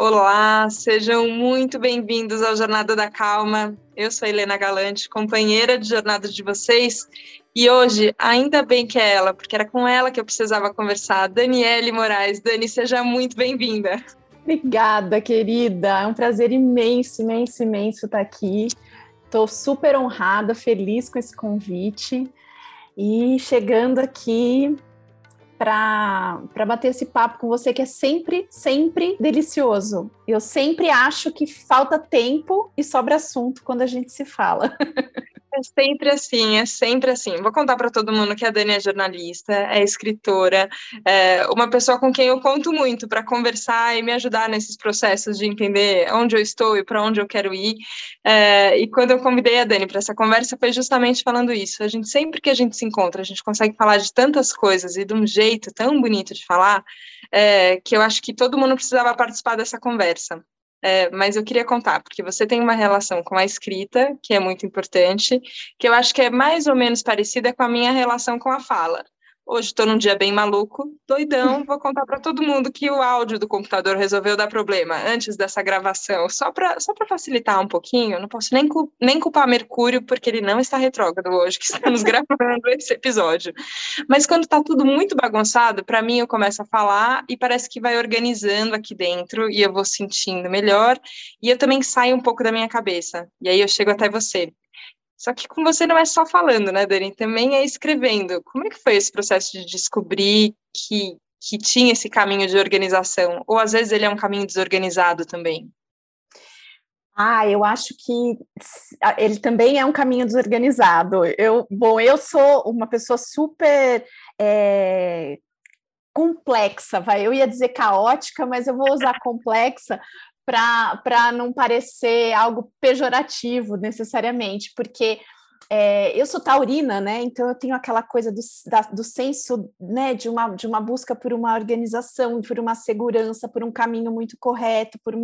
Olá, sejam muito bem-vindos ao Jornada da Calma. Eu sou a Helena Galante, companheira de jornada de vocês, e hoje, ainda bem que é ela, porque era com ela que eu precisava conversar, Daniele Moraes. Dani, seja muito bem-vinda. Obrigada, querida. É um prazer imenso, imenso, imenso estar aqui. Estou super honrada, feliz com esse convite e chegando aqui para bater esse papo com você, que é sempre, sempre delicioso. Eu sempre acho que falta tempo e sobra assunto quando a gente se fala. É sempre assim, é sempre assim. Vou contar para todo mundo que a Dani é jornalista, é escritora, é uma pessoa com quem eu conto muito para conversar e me ajudar nesses processos de entender onde eu estou e para onde eu quero ir. E quando eu convidei a Dani para essa conversa, foi justamente falando isso. Sempre que a gente se encontra, a gente consegue falar de tantas coisas e de um jeito tão bonito de falar, que eu acho que todo mundo precisava participar dessa conversa. Mas eu queria contar, porque você tem uma relação com a escrita, que é muito importante, que eu acho que é mais ou menos parecida com a minha relação com a fala. Hoje estou num dia bem maluco, doidão, vou contar para todo mundo que o áudio do computador resolveu dar problema antes dessa gravação, só para facilitar um pouquinho. Não posso nem culpar Mercúrio, porque ele não está retrógrado hoje, que estamos gravando esse episódio. Mas quando está tudo muito bagunçado, para mim eu começo a falar e parece que vai organizando aqui dentro e eu vou sentindo melhor e eu também saio um pouco da minha cabeça. E aí eu chego até você. Só que com você não é só falando, né, Dani? Também é escrevendo. Como é que foi esse processo de descobrir que tinha esse caminho de organização? Ou às vezes ele é um caminho desorganizado também? Eu acho que ele também é um caminho desorganizado. Eu sou uma pessoa super complexa, eu ia dizer caótica, mas eu vou usar complexa para não parecer algo pejorativo necessariamente, porque eu sou taurina, né? Então eu tenho aquela coisa do senso, né, de uma busca por uma organização, por uma segurança, por um caminho muito correto, por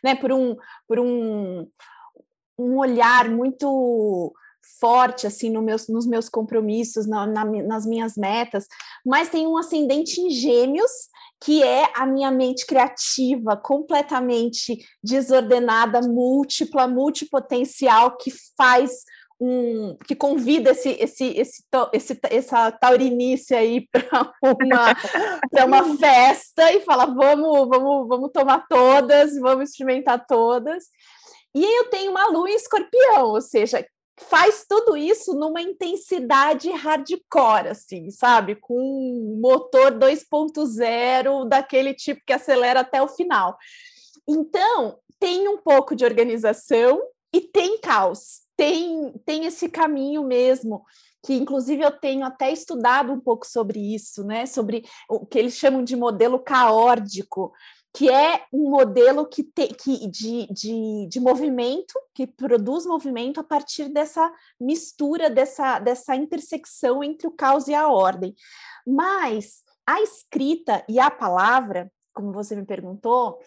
um olhar muito forte assim nos meus compromissos, nas minhas metas, mas tem um ascendente em Gêmeos, que é a minha mente criativa, completamente desordenada, múltipla, multipotencial, que que convida essa taurinice aí para uma festa e fala, vamos tomar todas, vamos experimentar todas. E eu tenho uma lua em Escorpião, ou seja, faz tudo isso numa intensidade hardcore, assim, sabe? Com um motor 2.0, daquele tipo que acelera até o final. Então, tem um pouco de organização e tem caos, tem esse caminho mesmo, que inclusive eu tenho até estudado um pouco sobre isso, né? Sobre o que eles chamam de modelo caórdico, que é um modelo de movimento, que produz movimento a partir dessa mistura, dessa intersecção entre o caos e a ordem. Mas a escrita e a palavra, como você me perguntou,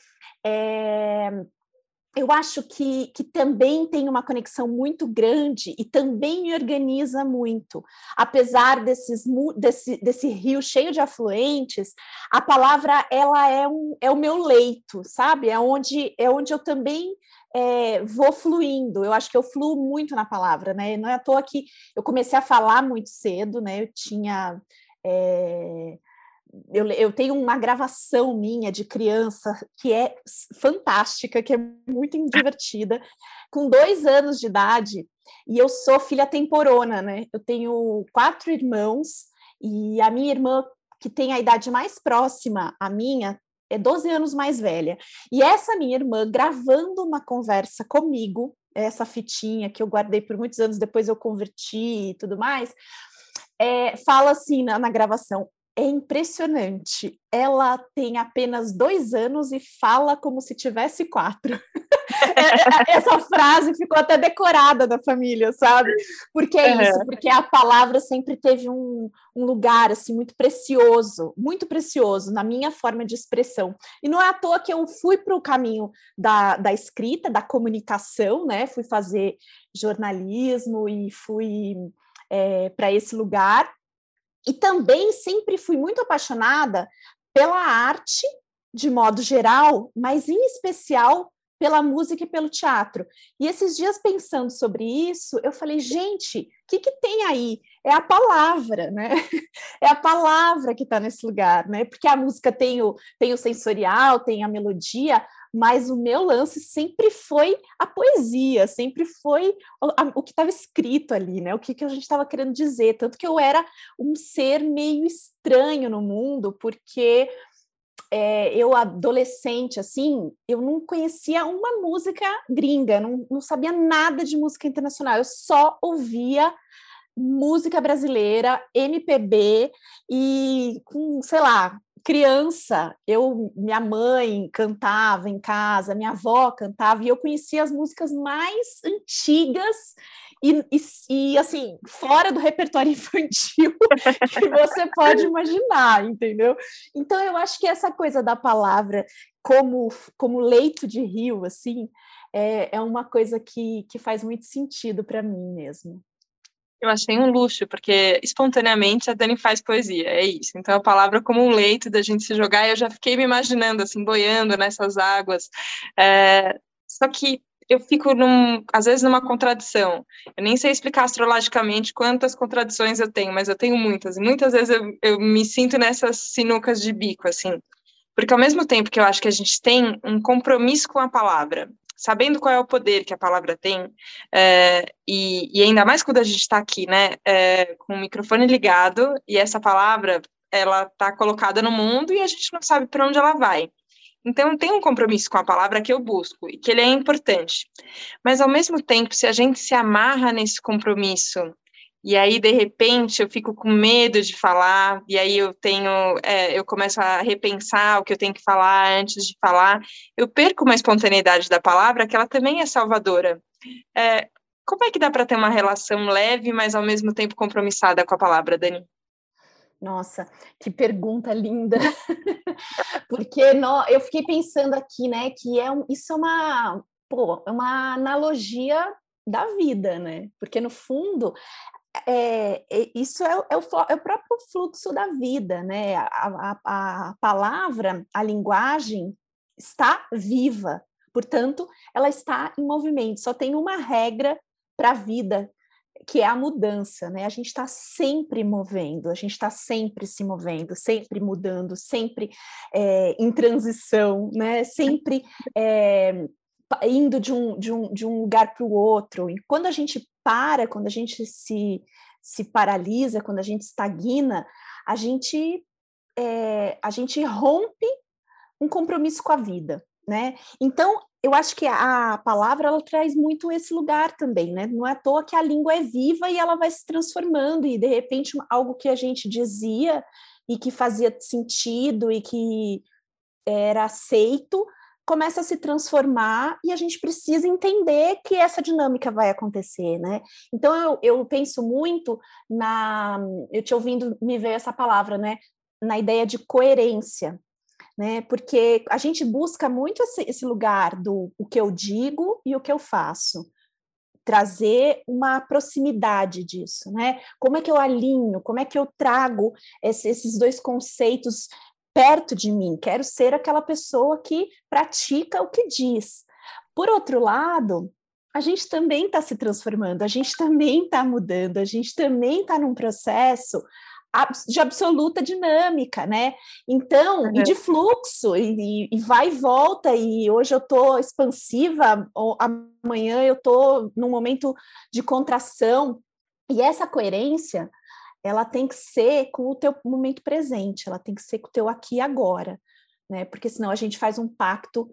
eu acho que também tem uma conexão muito grande e também me organiza muito. Apesar desse rio cheio de afluentes, a palavra ela é o meu leito, sabe? É onde eu também vou fluindo. Eu acho que eu fluo muito na palavra, né? Não é à toa que eu comecei a falar muito cedo, né? Eu tinha... Eu tenho uma gravação minha de criança que é fantástica, que é muito divertida, com 2 anos de idade, e eu sou filha temporona, né? Eu tenho 4 irmãos, e a minha irmã, que tem a idade mais próxima à minha, é 12 anos mais velha. E essa minha irmã, gravando uma conversa comigo, essa fitinha que eu guardei por muitos anos, depois eu converti e tudo mais, fala assim na gravação: é impressionante, ela tem apenas 2 anos e fala como se tivesse 4. Essa frase ficou até decorada da família, sabe? Porque é isso, porque a palavra sempre teve um lugar assim, muito precioso na minha forma de expressão. E não é à toa que eu fui para o caminho da escrita, da comunicação, né? Fui fazer jornalismo e fui para esse lugar. E também sempre fui muito apaixonada pela arte de modo geral, mas em especial pela música e pelo teatro. E esses dias pensando sobre isso, eu falei, gente, o que tem aí? É a palavra, né? É a palavra que está nesse lugar, né? Porque a música tem o sensorial, tem a melodia, mas o meu lance sempre foi a poesia, sempre foi o que estava escrito ali, né? O que a gente estava querendo dizer. Tanto que eu era um ser meio estranho no mundo, porque eu, adolescente, assim, eu não conhecia uma música gringa, não sabia nada de música internacional, eu só ouvia música brasileira, MPB, e com, sei lá, criança, minha mãe cantava em casa, minha avó cantava, e eu conhecia as músicas mais antigas e assim, fora do repertório infantil que você pode imaginar, entendeu? Então, eu acho que essa coisa da palavra como leito de rio, assim, é uma coisa que faz muito sentido para mim mesmo. Eu achei um luxo, porque espontaneamente a Dani faz poesia, é isso. Então a palavra como um leito da gente se jogar, eu já fiquei me imaginando, assim, boiando nessas águas. Só que eu fico, às vezes, numa contradição. Eu nem sei explicar astrologicamente quantas contradições eu tenho, mas eu tenho muitas. E muitas vezes eu me sinto nessas sinucas de bico, assim. Porque ao mesmo tempo que eu acho que a gente tem um compromisso com a palavra, sabendo qual é o poder que a palavra tem, e ainda mais quando a gente está aqui, né, com o microfone ligado, e essa palavra, ela está colocada no mundo e a gente não sabe para onde ela vai. Então, tem um compromisso com a palavra que eu busco, e que ele é importante. Mas, ao mesmo tempo, se a gente se amarra nesse compromisso, e aí, de repente, eu fico com medo de falar, e aí eu começo a repensar o que eu tenho que falar antes de falar, eu perco uma espontaneidade da palavra, que ela também é salvadora. Como é que dá para ter uma relação leve, mas ao mesmo tempo compromissada com a palavra, Dani? Nossa, que pergunta linda! Porque eu fiquei pensando aqui, né, que isso é uma analogia da vida, né? Porque no fundo isso é o próprio fluxo da vida, né? A palavra, a linguagem está viva, portanto, ela está em movimento. Só tem uma regra para a vida, que é a mudança, né? A gente está sempre movendo, a gente está sempre se movendo, sempre mudando, sempre em transição, né? Sempre indo de um lugar para o outro. E quando a gente quando a gente se paralisa, quando a gente estagna, a gente rompe um compromisso com a vida, né? Então, eu acho que a palavra, ela traz muito esse lugar também, né? Não é à toa que a língua é viva e ela vai se transformando, e de repente algo que a gente dizia e que fazia sentido e que era aceito, começa a se transformar e a gente precisa entender que essa dinâmica vai acontecer, né? Então, eu penso muito eu te ouvindo, me veio essa palavra, né? Na ideia de coerência, né? Porque a gente busca muito esse lugar do o que eu digo e o que eu faço, trazer uma proximidade disso, né? Como é que eu alinho, como é que eu trago esses dois conceitos perto de mim? Quero ser aquela pessoa que pratica o que diz. Por outro lado, a gente também está se transformando, a gente também está mudando, a gente também está num processo de absoluta dinâmica, né? Então, e de fluxo, e vai e volta, e hoje eu estou expansiva, ou amanhã eu estou num momento de contração, e essa coerência, ela tem que ser com o teu momento presente, ela tem que ser com o teu aqui e agora, né? Porque senão a gente faz um pacto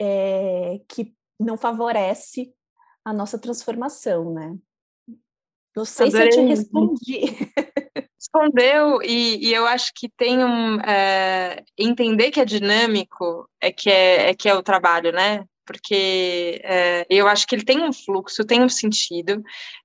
que não favorece a nossa transformação, né? Não sei se eu te respondi. Respondeu, e eu acho que tem entender que é dinâmico que é o trabalho, né? Porque eu acho que ele tem um fluxo, tem um sentido,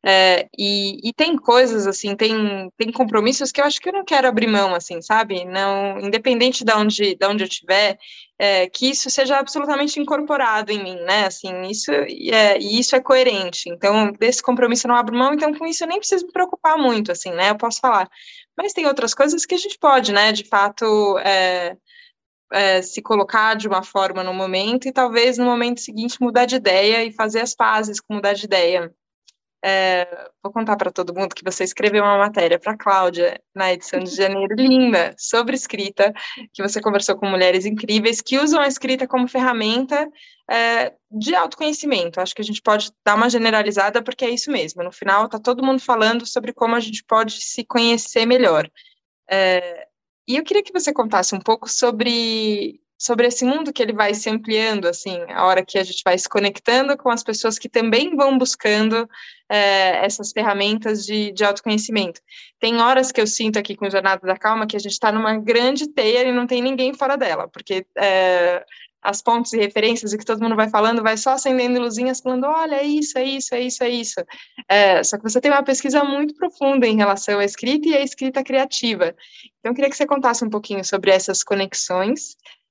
e tem coisas, assim, tem compromissos que eu acho que eu não quero abrir mão, assim, sabe? Não, independente de onde eu estiver, que isso seja absolutamente incorporado em mim, né? Assim, e isso é coerente. Então, desse compromisso eu não abro mão, então com isso eu nem preciso me preocupar muito, assim, né? Eu posso falar. Mas tem outras coisas que a gente pode, né? De fato, se colocar de uma forma no momento e talvez no momento seguinte mudar de ideia e fazer as pazes com mudar de ideia. Vou contar para todo mundo que você escreveu uma matéria para a Cláudia na edição de janeiro, linda, sobre escrita, que você conversou com mulheres incríveis que usam a escrita como ferramenta de autoconhecimento. Acho que a gente pode dar uma generalizada, porque é isso mesmo. No final, está todo mundo falando sobre como a gente pode se conhecer melhor. E eu queria que você contasse um pouco sobre esse mundo que ele vai se ampliando, assim, a hora que a gente vai se conectando com as pessoas que também vão buscando essas ferramentas de autoconhecimento. Tem horas que eu sinto aqui com o Jornada da Calma que a gente está numa grande teia e não tem ninguém fora dela, porque as pontes e referências e que todo mundo vai falando, vai só acendendo luzinhas, falando, olha, é isso, é isso, é isso, é isso. Só que você tem uma pesquisa muito profunda em relação à escrita e à escrita criativa. Então, eu queria que você contasse um pouquinho sobre essas conexões,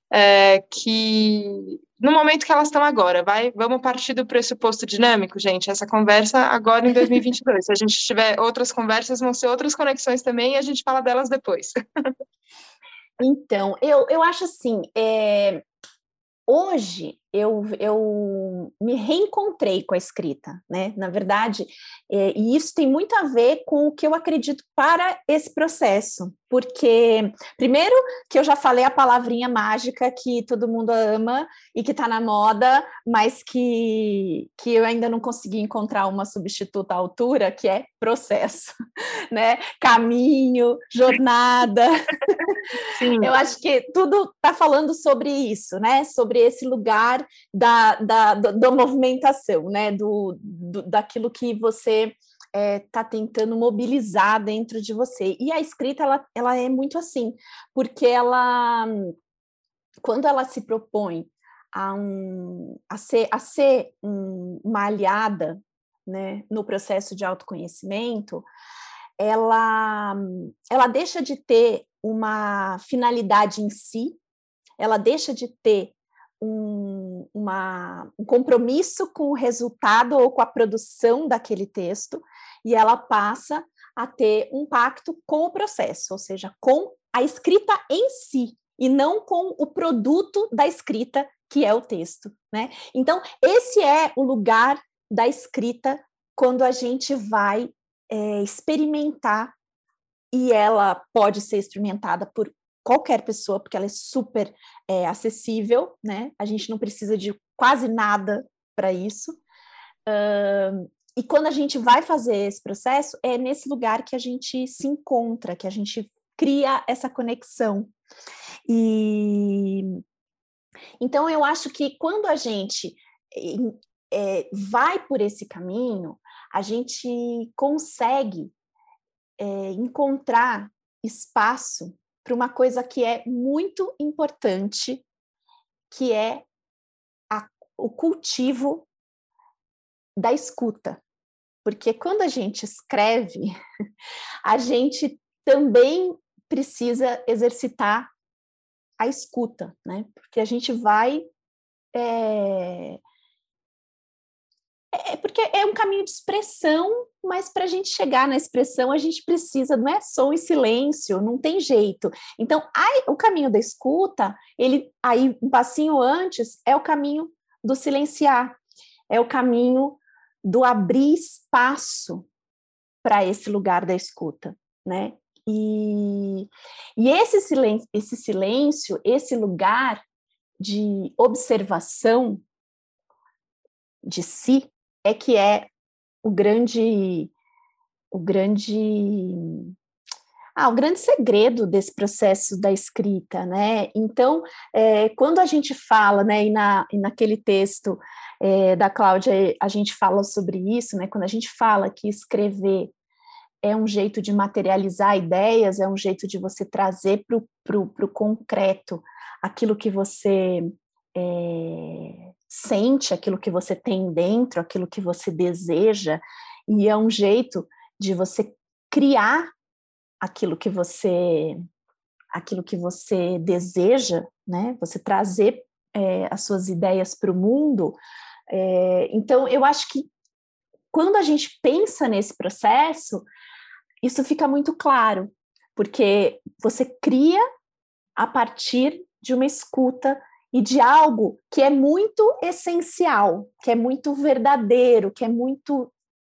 que no momento que elas estão agora, vamos partir do pressuposto dinâmico, gente, essa conversa agora em 2022, se a gente tiver outras conversas, vão ser outras conexões também, e a gente fala delas depois. Então, eu acho assim, hoje eu me reencontrei com a escrita, né? Na verdade, e isso tem muito a ver com o que eu acredito para esse processo, porque, primeiro, que eu já falei a palavrinha mágica que todo mundo ama e que está na moda, mas que eu ainda não consegui encontrar uma substituta à altura, que é processo, né? Caminho, jornada. Sim. Eu acho que tudo está falando sobre isso, né? Sobre esse lugar da movimentação, né? Daquilo que você está tentando mobilizar dentro de você. E a escrita, ela é muito assim, porque quando ela se propõe a ser uma aliada, né, no processo de autoconhecimento, ela deixa de ter uma finalidade em si, ela deixa de ter um compromisso com o resultado ou com a produção daquele texto, e ela passa a ter um pacto com o processo, ou seja, com a escrita em si, e não com o produto da escrita, que é o texto, né? Então, esse é o lugar da escrita quando a gente vai experimentar, e ela pode ser experimentada por qualquer pessoa, porque ela é super acessível, né? A gente não precisa de quase nada para isso. E quando a gente vai fazer esse processo, é nesse lugar que a gente se encontra, que a gente cria essa conexão. E então eu acho que quando a gente vai por esse caminho, a gente consegue encontrar espaço para uma coisa que é muito importante, que é o cultivo da escuta. Porque quando a gente escreve, a gente também precisa exercitar a escuta, né? Porque a gente vai... porque é um caminho de expressão, mas para a gente chegar na expressão, a gente precisa, não é som e silêncio, não tem jeito. Então, o caminho da escuta, aí um passinho antes, é o caminho do silenciar, é o caminho do abrir espaço para esse lugar da escuta, né? E esse silêncio, esse lugar de observação de si, que é o grande segredo desse processo da escrita, né? Então, quando a gente fala, né, e naquele texto da Cláudia, a gente fala sobre isso, né? Quando a gente fala que escrever é um jeito de materializar ideias, é um jeito de você trazer para o concreto aquilo que você sente, aquilo que você tem dentro, aquilo que você deseja, e é um jeito de você criar aquilo que você deseja, né? Você trazer as suas ideias para o mundo. Então, eu acho que quando a gente pensa nesse processo, isso fica muito claro, porque você cria a partir de uma escuta e de algo que é muito essencial, que é muito verdadeiro, que é muito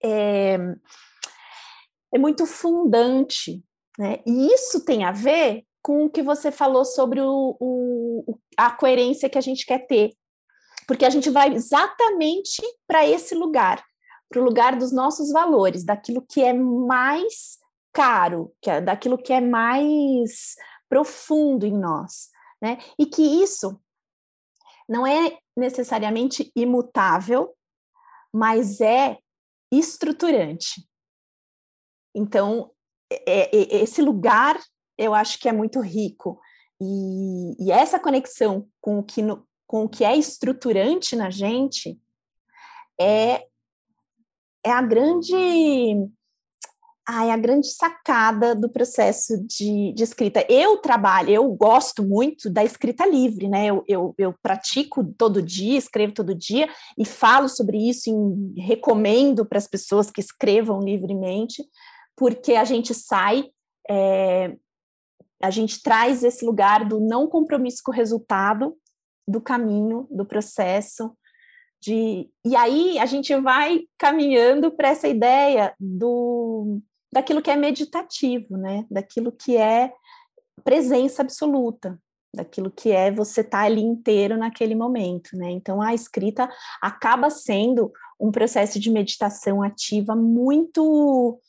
muito fundante, né? E isso tem a ver com o que você falou sobre a coerência que a gente quer ter, porque a gente vai exatamente para esse lugar, para o lugar dos nossos valores, daquilo que é mais caro, daquilo que é mais profundo em nós, né? E que isso não é necessariamente imutável, mas é estruturante. Então, esse lugar eu acho que é muito rico. E essa conexão com o que é estruturante na gente é a grande sacada do processo de escrita. Eu gosto muito da escrita livre, né? Eu pratico todo dia, escrevo todo dia e falo sobre isso e recomendo para as pessoas que escrevam livremente, porque a gente a gente traz esse lugar do não compromisso com o resultado, do caminho, do processo, e aí a gente vai caminhando para essa ideia daquilo que é meditativo, né? Daquilo que é presença absoluta, daquilo que é você estar ali inteiro naquele momento, né? Então a escrita acaba sendo um processo de meditação ativa muito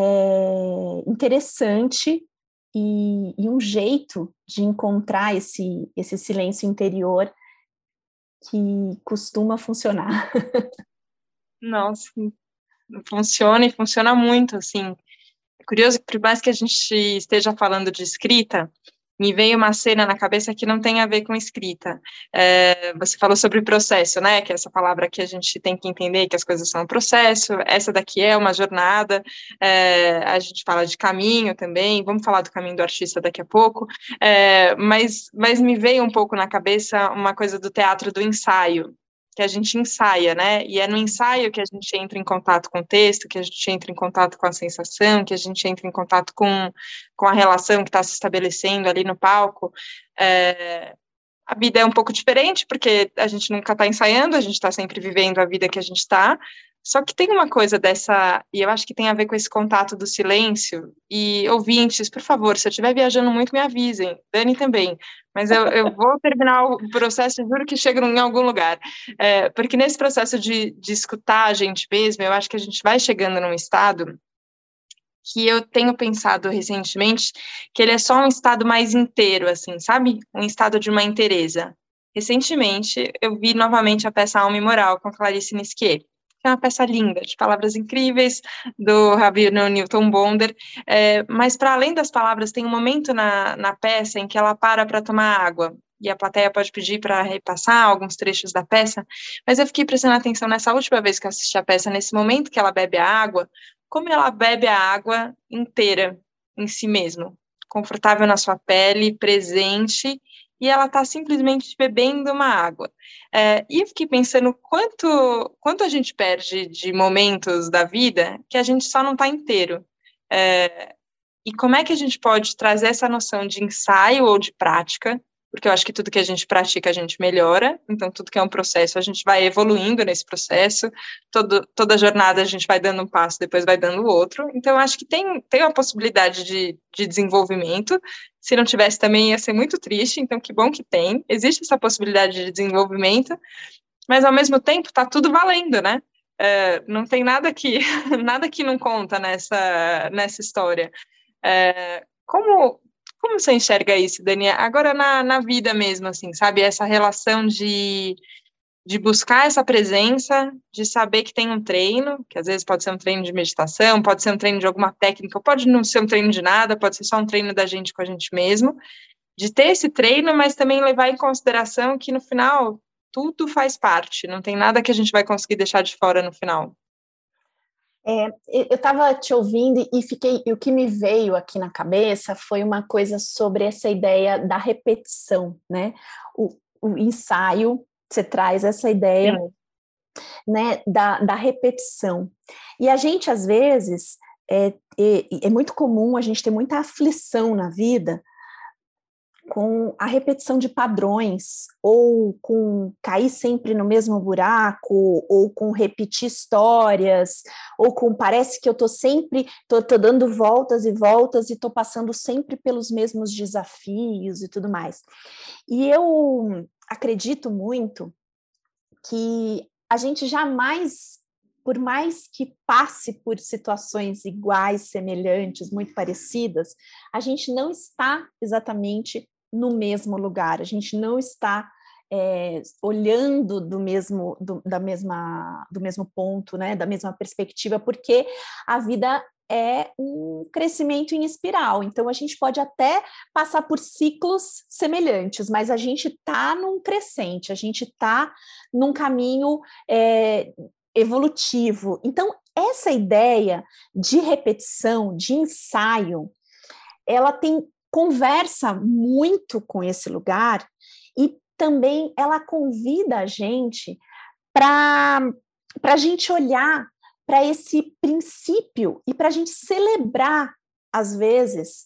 interessante e um jeito de encontrar esse silêncio interior que costuma funcionar. Nossa, funciona e funciona muito, assim. É curioso que, por mais que a gente esteja falando de escrita, me veio uma cena na cabeça que não tem a ver com escrita. Você falou sobre processo, né? Que é essa palavra que a gente tem que entender que as coisas são um processo. Essa daqui é uma jornada. A gente fala de caminho também. Vamos falar do caminho do artista daqui a pouco. Mas me veio um pouco na cabeça uma coisa do teatro do ensaio, que a gente ensaia, né? E é no ensaio que a gente entra em contato com o texto, que a gente entra em contato com a sensação, que a gente entra em contato com a relação que está se estabelecendo ali no palco. A vida é um pouco diferente, porque a gente nunca está ensaiando, a gente está sempre vivendo a vida que a gente está. Só que tem uma coisa dessa, e eu acho que tem a ver com esse contato do silêncio, e ouvintes, por favor, se eu estiver viajando muito, me avisem, Dani também, mas eu vou terminar o processo, juro que chego em algum lugar, porque nesse processo de escutar a gente mesmo, eu acho que a gente vai chegando num estado que eu tenho pensado recentemente, que ele é só um estado mais inteiro, assim, sabe? Um estado de uma inteireza. Recentemente, eu vi novamente a peça Alma e Moral, com Clarice Nisquier, que é uma peça linda, de palavras incríveis, do Rabino Newton Bonder, mas para além das palavras, tem um momento na peça em que ela para tomar água, e a plateia pode pedir para repassar alguns trechos da peça, mas eu fiquei prestando atenção nessa última vez que eu assisti a peça, nesse momento que ela bebe a água, como ela bebe a água inteira em si mesma, confortável na sua pele, presente, e ela está simplesmente bebendo uma água. E eu fiquei pensando quanto a gente perde de momentos da vida que a gente só não está inteiro. E como é que a gente pode trazer essa noção de ensaio ou de prática, porque eu acho que tudo que a gente pratica, a gente melhora, então tudo que é um processo, a gente vai evoluindo nesse processo, toda jornada a gente vai dando um passo, depois vai dando o outro, então eu acho que tem uma possibilidade de desenvolvimento, se não tivesse também ia ser muito triste, então que bom que tem, existe essa possibilidade de desenvolvimento, mas ao mesmo tempo está tudo valendo, né? Não tem nada que não conta nessa história. Como você enxerga isso, Dani? Agora na vida mesmo, assim, sabe? Essa relação de buscar essa presença, de saber que tem um treino, que às vezes pode ser um treino de meditação, pode ser um treino de alguma técnica, pode não ser um treino de nada, pode ser só um treino da gente com a gente mesmo, de ter esse treino, mas também levar em consideração que no final tudo faz parte, não tem nada que a gente vai conseguir deixar de fora no final. Eu estava te ouvindo e o que me veio aqui na cabeça foi uma coisa sobre essa ideia da repetição, né? O ensaio, você traz essa ideia, né, da repetição. E a gente, às vezes, é muito comum a gente ter muita aflição na vida, com a repetição de padrões, ou com cair sempre no mesmo buraco, ou com repetir histórias, ou com parece que eu tô dando voltas e voltas e tô passando sempre pelos mesmos desafios e tudo mais. E eu acredito muito que a gente jamais, por mais que passe por situações iguais, semelhantes, muito parecidas, a gente não está exatamente no mesmo lugar, a gente não está olhando do mesmo ponto, né, da mesma perspectiva, porque a vida é um crescimento em espiral, então a gente pode até passar por ciclos semelhantes, mas a gente está num crescente, a gente está num caminho evolutivo. Então, essa ideia de repetição, de ensaio, ela conversa muito com esse lugar e também ela convida a gente para a gente olhar para esse princípio e para a gente celebrar, às vezes,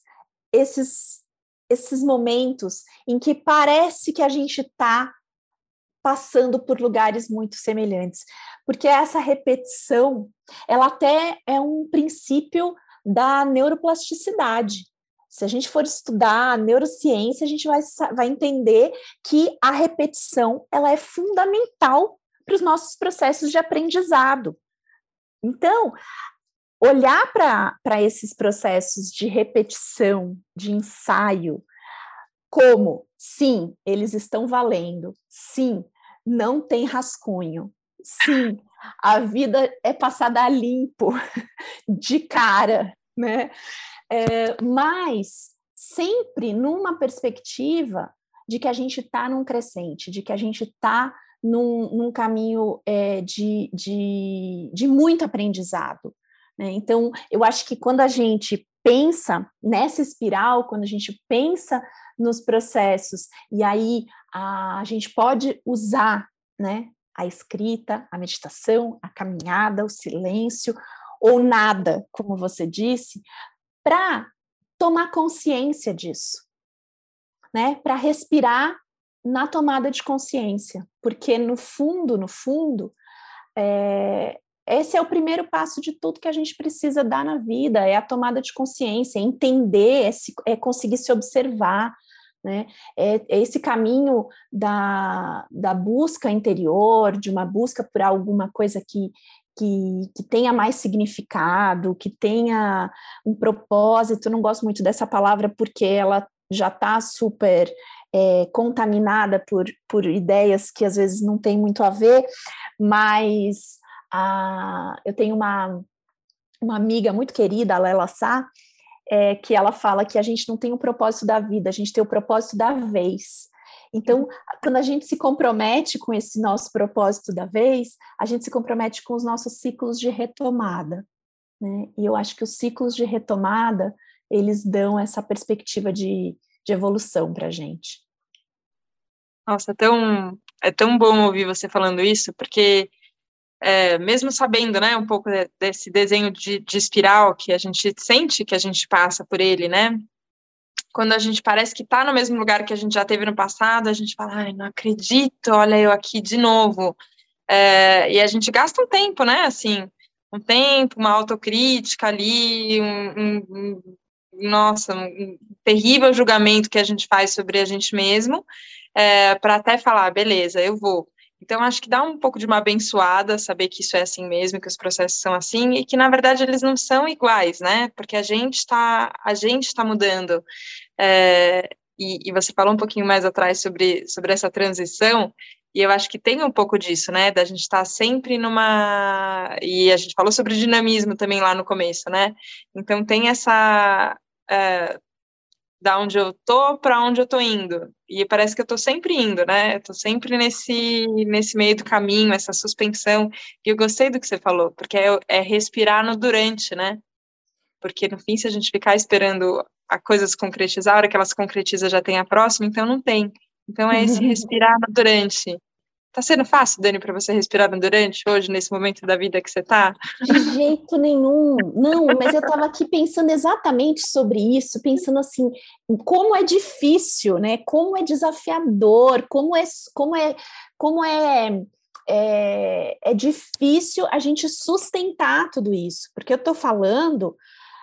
esses momentos em que parece que a gente está passando por lugares muito semelhantes, porque essa repetição, ela até é um princípio da neuroplasticidade. Se a gente for estudar a neurociência, a gente vai entender que a repetição, ela é fundamental para os nossos processos de aprendizado. Então, olhar para esses processos de repetição, de ensaio, como, sim, eles estão valendo, sim, não tem rascunho, sim, a vida é passada a limpo, de cara, né? Mas sempre numa perspectiva de que a gente está num crescente, de que a gente está num caminho de muito aprendizado, né? Então, eu acho que quando a gente pensa nessa espiral, quando a gente pensa nos processos, e aí a gente pode usar, né, a escrita, a meditação, a caminhada, o silêncio, ou nada, como você disse, para tomar consciência disso, né, para respirar na tomada de consciência, porque no fundo, esse é o primeiro passo de tudo que a gente precisa dar na vida, é a tomada de consciência, é entender, é conseguir se observar, né? É esse caminho da busca interior, de uma busca por alguma coisa que tenha mais significado, que tenha um propósito. Eu não gosto muito dessa palavra porque ela já está super contaminada por ideias que às vezes não tem muito a ver, mas eu tenho uma amiga muito querida, a Lela Sá, que ela fala que a gente não tem o propósito da vida, a gente tem o propósito da vez. Então, quando a gente se compromete com esse nosso propósito da vez, a gente se compromete com os nossos ciclos de retomada, né? E eu acho que os ciclos de retomada, eles dão essa perspectiva de evolução para a gente. Nossa, é tão bom ouvir você falando isso, porque mesmo sabendo, né, um pouco desse desenho de espiral que a gente sente que a gente passa por ele, né? Quando a gente parece que está no mesmo lugar que a gente já teve no passado, a gente fala, ai, não acredito, olha eu aqui de novo. E a gente gasta um tempo, né, assim, uma autocrítica ali, nossa, um terrível julgamento que a gente faz sobre a gente mesmo, para até falar, beleza, eu vou. Então, acho que dá um pouco de uma abençoada saber que isso é assim mesmo, que os processos são assim, e que, na verdade, eles não são iguais, né? Porque a gente está mudando. E você falou um pouquinho mais atrás sobre essa transição, e eu acho que tem um pouco disso, né? Da gente estar sempre numa... E a gente falou sobre dinamismo também lá no começo, né? Então, tem essa... da onde eu tô para onde eu tô indo. E parece que eu tô sempre indo, né? Eu tô sempre nesse meio do caminho, essa suspensão. E eu gostei do que você falou, porque é respirar no durante, né? Porque no fim, se a gente ficar esperando a coisa se concretizar, a hora que ela se concretiza já tem a próxima, então não tem. Então é esse respirar no durante. Tá sendo fácil, Dani, para você respirar no durante hoje, nesse momento da vida que você tá? De jeito nenhum, não, mas eu estava aqui pensando exatamente sobre isso, pensando assim, como é difícil, né? Como é desafiador, como é difícil a gente sustentar tudo isso, porque eu estou falando,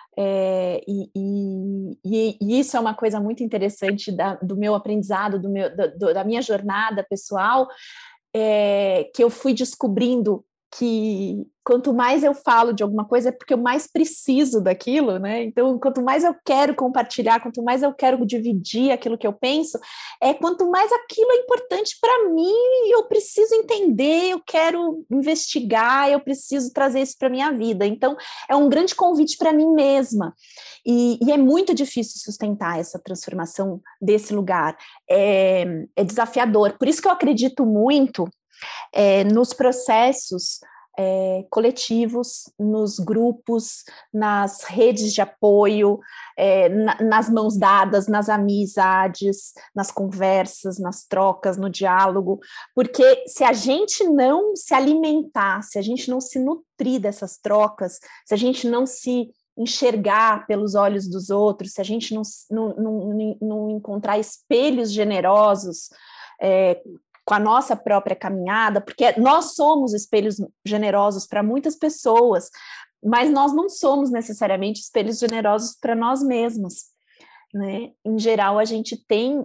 e isso é uma coisa muito interessante do meu aprendizado, da minha jornada pessoal, que eu fui descobrindo que quanto mais eu falo de alguma coisa é porque eu mais preciso daquilo, né? Então, quanto mais eu quero compartilhar, quanto mais eu quero dividir aquilo que eu penso, quanto mais aquilo é importante para mim, eu preciso entender, eu quero investigar, eu preciso trazer isso para minha vida. Então, é um grande convite para mim mesma. E é muito difícil sustentar essa transformação desse lugar. É desafiador. Por isso que eu acredito muito nos processos coletivos, nos grupos, nas redes de apoio, nas mãos dadas, nas amizades, nas conversas, nas trocas, no diálogo, porque se a gente não se alimentar, se a gente não se nutrir dessas trocas, se a gente não se enxergar pelos olhos dos outros, se a gente não encontrar espelhos generosos com a nossa própria caminhada, porque nós somos espelhos generosos para muitas pessoas, mas nós não somos necessariamente espelhos generosos para nós mesmos, né? Em geral, a gente tem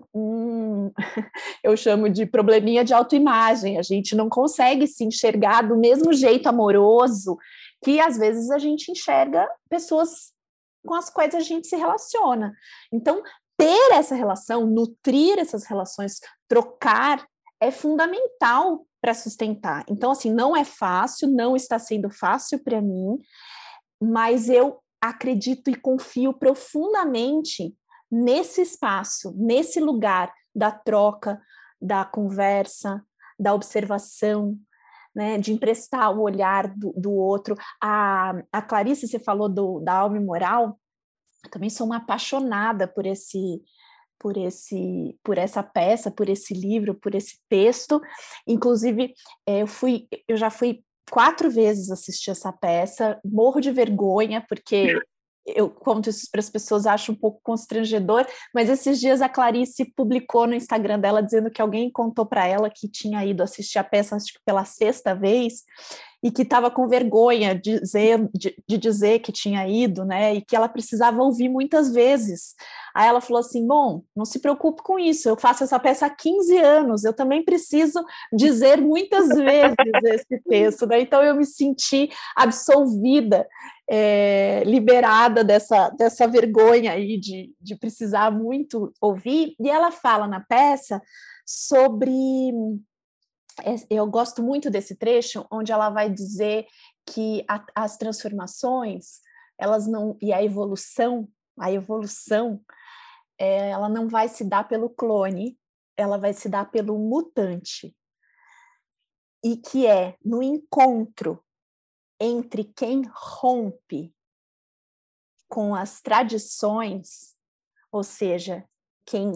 eu chamo de probleminha de autoimagem, a gente não consegue se enxergar do mesmo jeito amoroso que às vezes a gente enxerga pessoas com as quais a gente se relaciona. Então, ter essa relação, nutrir essas relações, trocar, é fundamental para sustentar. Então, assim, não é fácil, não está sendo fácil para mim, mas eu acredito e confio profundamente nesse espaço, nesse lugar da troca, da conversa, da observação, né, de emprestar o olhar do outro. A Clarice, você falou da alma moral, eu também sou uma apaixonada por essa peça, por esse livro, por esse texto. Inclusive, eu já fui 4 vezes assistir essa peça, morro de vergonha, porque eu conto isso para as pessoas, acho um pouco constrangedor, mas esses dias a Clarice publicou no Instagram dela dizendo que alguém contou para ela que tinha ido assistir a peça, acho que pela 6ª vez, e que estava com vergonha de dizer que tinha ido, né, e que ela precisava ouvir muitas vezes. Aí ela falou assim, bom, não se preocupe com isso, eu faço essa peça há 15 anos, eu também preciso dizer muitas vezes esse texto, né? Então eu me senti absolvida, liberada dessa vergonha aí de precisar muito ouvir, e ela fala na peça sobre... Eu gosto muito desse trecho, onde ela vai dizer que as transformações, elas não, e a evolução, ela não vai se dar pelo clone, ela vai se dar pelo mutante. E que é no encontro entre quem rompe com as tradições, ou seja, quem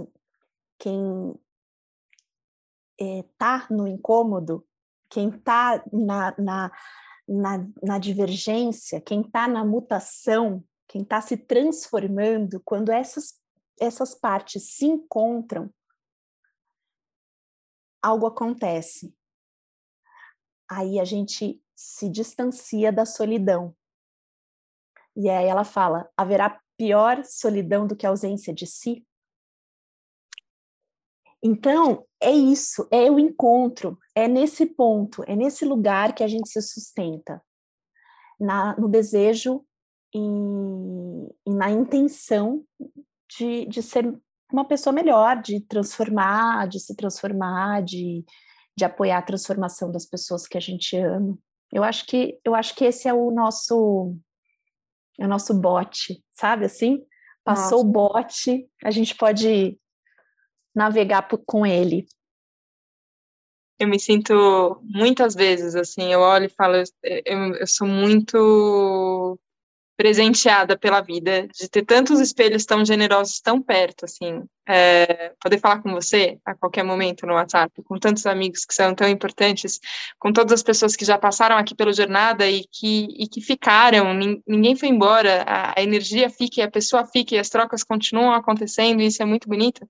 está no incômodo, quem está na divergência, quem está na mutação, quem está se transformando, quando essas partes se encontram, algo acontece. Aí a gente se distancia da solidão. E aí ela fala, haverá pior solidão do que a ausência de si? Então, é isso, é o encontro, é nesse ponto, é nesse lugar que a gente se sustenta, no desejo e na intenção de ser uma pessoa melhor, de transformar, de se transformar, de apoiar a transformação das pessoas que a gente ama. Eu acho que esse é o nosso bote, sabe assim? Passou o bote, a gente pode navegar com ele. Eu me sinto muitas vezes assim, eu olho e falo, eu sou muito presenteada pela vida, de ter tantos espelhos tão generosos tão perto, assim, poder falar com você a qualquer momento no WhatsApp, com tantos amigos que são tão importantes, com todas as pessoas que já passaram aqui pela jornada e que ficaram, ninguém foi embora, a energia fica, e a pessoa fica, e as trocas continuam acontecendo, e isso é muito bonito,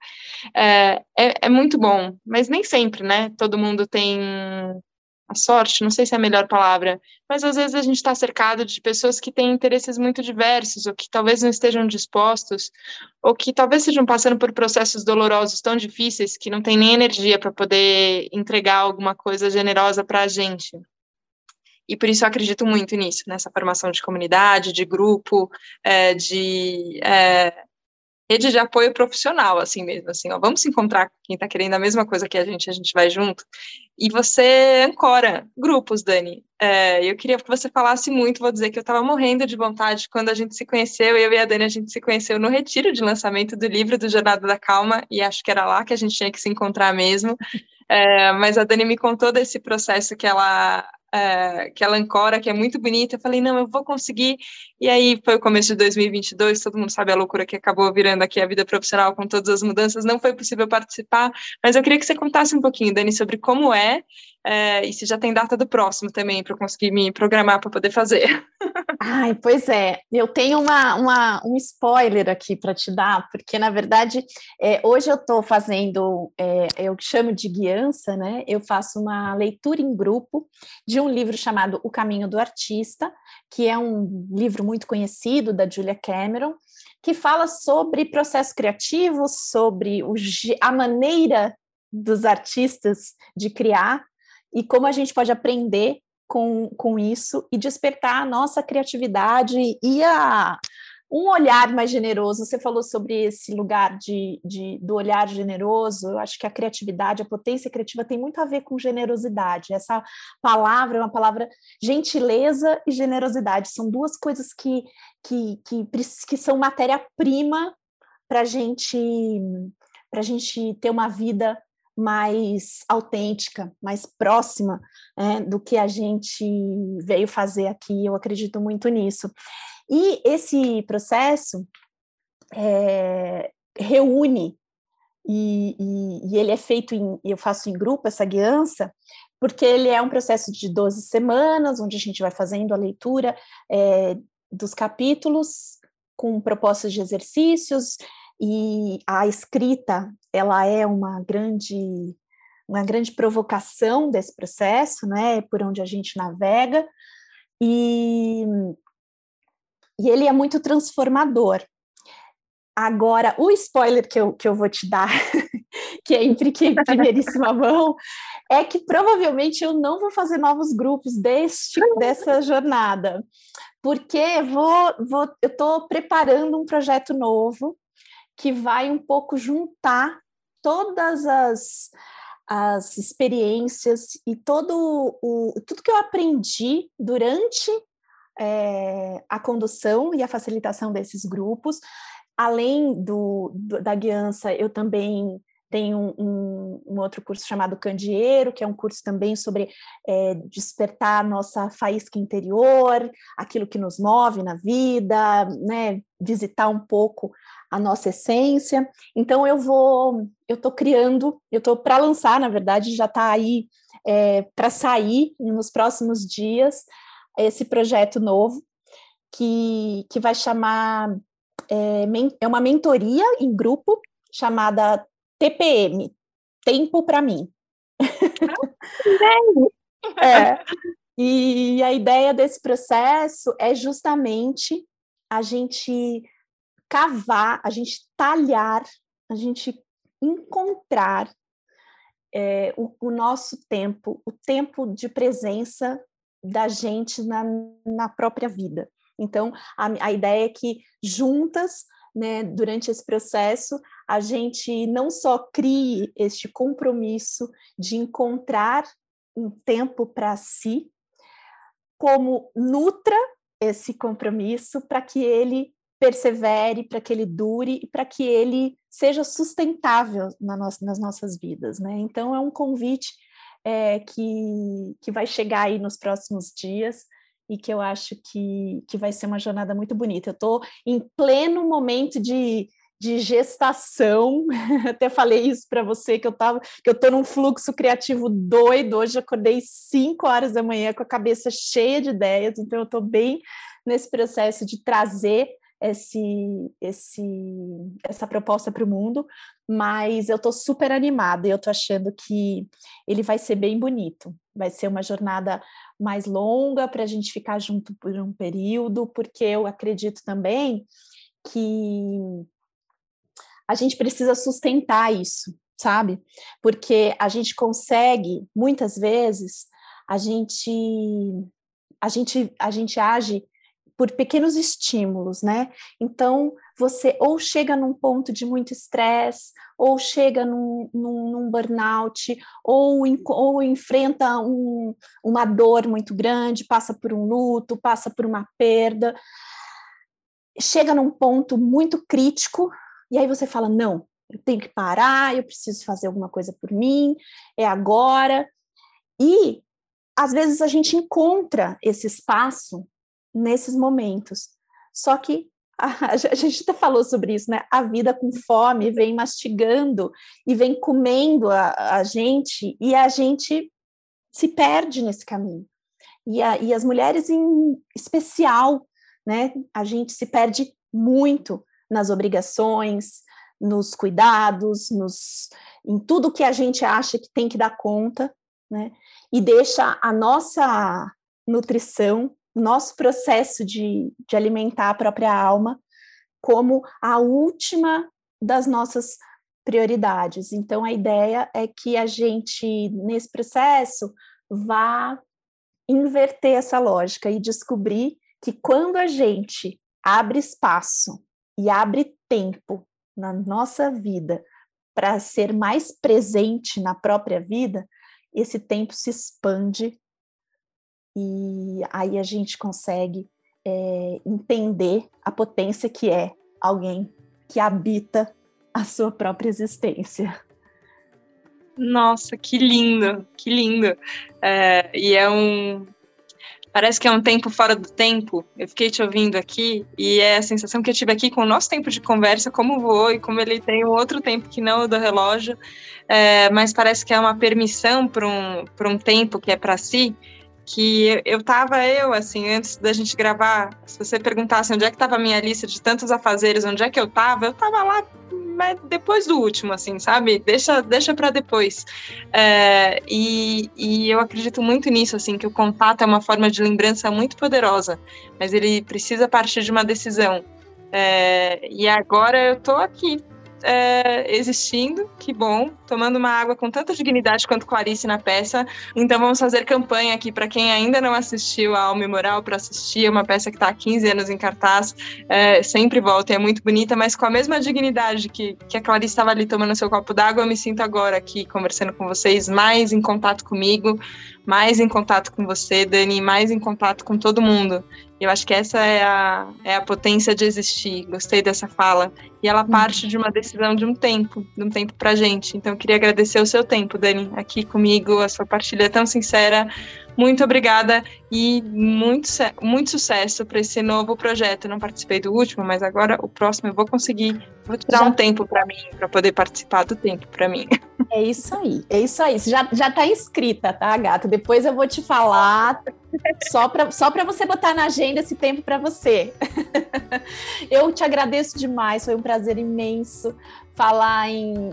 é muito bom, mas nem sempre, né, todo mundo tem a sorte, não sei se é a melhor palavra, mas às vezes a gente está cercado de pessoas que têm interesses muito diversos, ou que talvez não estejam dispostos, ou que talvez estejam passando por processos dolorosos tão difíceis que não tem nem energia para poder entregar alguma coisa generosa para a gente. E por isso eu acredito muito nisso, nessa formação de comunidade, de grupo, de rede de apoio profissional, assim mesmo, assim, ó, vamos se encontrar com quem está querendo a mesma coisa que a gente vai junto, e você ancora grupos, Dani. Eu queria que você falasse muito, vou dizer que eu estava morrendo de vontade quando a gente se conheceu, eu e a Dani, a gente se conheceu no retiro de lançamento do livro do Jornada da Calma, e acho que era lá que a gente tinha que se encontrar mesmo, mas a Dani me contou desse processo que ela ancora, que é muito bonita. Eu falei, não, eu vou conseguir. E aí foi o começo de 2022, todo mundo sabe a loucura que acabou virando aqui a vida profissional com todas as mudanças, não foi possível participar, mas eu queria que você contasse um pouquinho, Dani, sobre como e se já tem data do próximo também, para eu conseguir me programar para poder fazer. Ai, pois é, eu tenho um spoiler aqui para te dar, porque na verdade hoje eu estou fazendo, eu chamo de guiança, né? Eu faço uma leitura em grupo de um livro chamado O Caminho do Artista, que é um livro muito conhecido da Julia Cameron, que fala sobre processo criativo, sobre a maneira dos artistas de criar e como a gente pode aprender com isso e despertar a nossa criatividade e um olhar mais generoso. Você falou sobre esse lugar do olhar generoso. Eu acho que a criatividade, a potência criativa tem muito a ver com generosidade. Essa palavra é uma palavra, gentileza e generosidade, são duas coisas que são matéria-prima para a gente ter uma vida mais autêntica, mais próxima do que a gente veio fazer aqui. Eu acredito muito nisso. E esse processo reúne, e ele é feito, eu faço em grupo essa guiança, porque ele é um processo de 12 semanas, onde a gente vai fazendo a leitura dos capítulos, com propostas de exercícios, e a escrita, ela é uma grande provocação desse processo, né, por onde a gente navega, e ele é muito transformador. Agora, o spoiler que eu vou te dar, que é em primeiríssima mão, é que provavelmente eu não vou fazer novos grupos dessa jornada, porque eu estou preparando um projeto novo, que vai um pouco juntar todas as experiências e tudo que eu aprendi durante a condução e a facilitação desses grupos. Além da guiança, eu também tenho um outro curso chamado Candeeiro, que é um curso também sobre despertar a nossa faísca interior, aquilo que nos move na vida, né? Visitar um pouco a nossa essência. Então eu estou criando, eu estou para lançar, na verdade, já está aí para sair nos próximos dias, esse projeto novo, que vai chamar, é uma mentoria em grupo chamada TPM, Tempo para Mim. E a ideia desse processo é justamente a gente cavar, a gente talhar, a gente encontrar o nosso tempo, o tempo de presença da gente na própria vida. Então, a ideia é que juntas, né, durante esse processo, a gente não só crie este compromisso de encontrar um tempo para si, como nutra esse compromisso para que ele persevere, para que ele dure e para que ele seja sustentável nas nossas vidas, né? Então, é um convite que vai chegar aí nos próximos dias e que eu acho que vai ser uma jornada muito bonita. Eu estou em pleno momento de gestação, até falei isso para você, que eu estou num fluxo criativo doido. Hoje eu acordei 5 horas da manhã com a cabeça cheia de ideias, então eu estou bem nesse processo de trazer essa proposta para o mundo, mas eu estou super animada e eu estou achando que ele vai ser bem bonito, vai ser uma jornada mais longa para a gente ficar junto por um período, porque eu acredito também que a gente precisa sustentar isso, sabe? Porque a gente consegue, muitas vezes, a gente age por pequenos estímulos, né? Então, você ou chega num ponto de muito estresse, ou chega num burnout, ou enfrenta uma dor muito grande, passa por um luto, passa por uma perda, chega num ponto muito crítico, e aí você fala, não, eu tenho que parar, eu preciso fazer alguma coisa por mim, é agora. E, às vezes, a gente encontra esse espaço nesses momentos. Só que a gente até falou sobre isso, né? A vida com fome vem mastigando e vem comendo a gente, e a gente se perde nesse caminho. E as mulheres em especial, né? A gente se perde muito nas obrigações, nos cuidados, em tudo que a gente acha que tem que dar conta, né? E deixa a nossa nutrição, nosso processo de alimentar a própria alma como a última das nossas prioridades. Então, a ideia é que a gente, nesse processo, vá inverter essa lógica e descobrir que quando a gente abre espaço e abre tempo na nossa vida para ser mais presente na própria vida, esse tempo se expande e aí a gente consegue entender a potência que é alguém que habita a sua própria existência. Nossa, que lindo, que lindo. Parece que é um tempo fora do tempo. Eu fiquei te ouvindo aqui e é a sensação que eu tive aqui com o nosso tempo de conversa, como voou e como ele tem um outro tempo que não o do relógio, mas parece que é uma permissão para um tempo que é para si, que assim, antes da gente gravar, se você perguntasse onde é que estava a minha lista de tantos afazeres, onde é que eu estava lá, mas depois do último, assim, sabe? Deixa para depois. E eu acredito muito nisso, assim, que o contato é uma forma de lembrança muito poderosa, mas ele precisa partir de uma decisão. E agora eu tô aqui, existindo, que bom, tomando uma água com tanta dignidade quanto Clarice na peça. Então vamos fazer campanha aqui para quem ainda não assistiu a Alma e Moral para assistir. É uma peça que está há 15 anos em cartaz, sempre volta e é muito bonita, mas com a mesma dignidade que a Clarice estava ali tomando seu copo d'água, eu me sinto agora aqui conversando com vocês, mais em contato comigo, mais em contato com você, Dani, mais em contato com todo mundo. Eu acho que essa é a potência de existir. Gostei dessa fala. E ela parte de uma decisão de um tempo pra gente. Então, eu queria agradecer o seu tempo, Dani, aqui comigo, a sua partilha tão sincera. Muito obrigada e muito sucesso para esse novo projeto. Eu não participei do último, mas agora o próximo eu vou conseguir. Vou tirar um tempo para mim, para poder participar do tempo para mim. É isso aí. Você já tá inscrita, tá, gata? Depois eu vou te falar, só para você botar na agenda esse tempo para você. Eu te agradeço demais, foi um prazer imenso falar em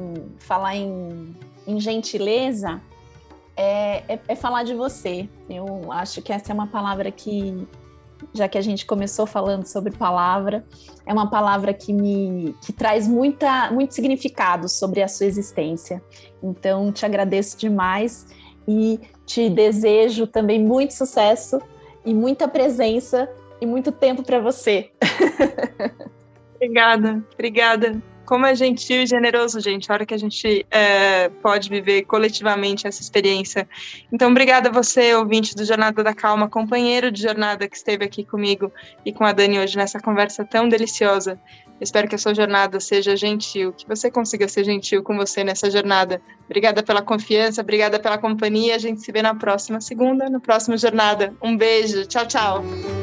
gentileza. É falar de você. Eu acho que essa é uma palavra que, já que a gente começou falando sobre palavra, é uma palavra que traz muito significado sobre a sua existência. Então, te agradeço demais e te desejo também muito sucesso e muita presença e muito tempo para você. Obrigada. como é gentil e generoso, gente, a hora que a gente pode viver coletivamente essa experiência. Então, obrigada a você, ouvinte do Jornada da Calma, companheiro de jornada que esteve aqui comigo e com a Dani hoje nessa conversa tão deliciosa. Espero que a sua jornada seja gentil, que você consiga ser gentil com você nessa jornada. Obrigada pela confiança, obrigada pela companhia. A gente se vê na próxima segunda, na próxima jornada. Um beijo, tchau, tchau.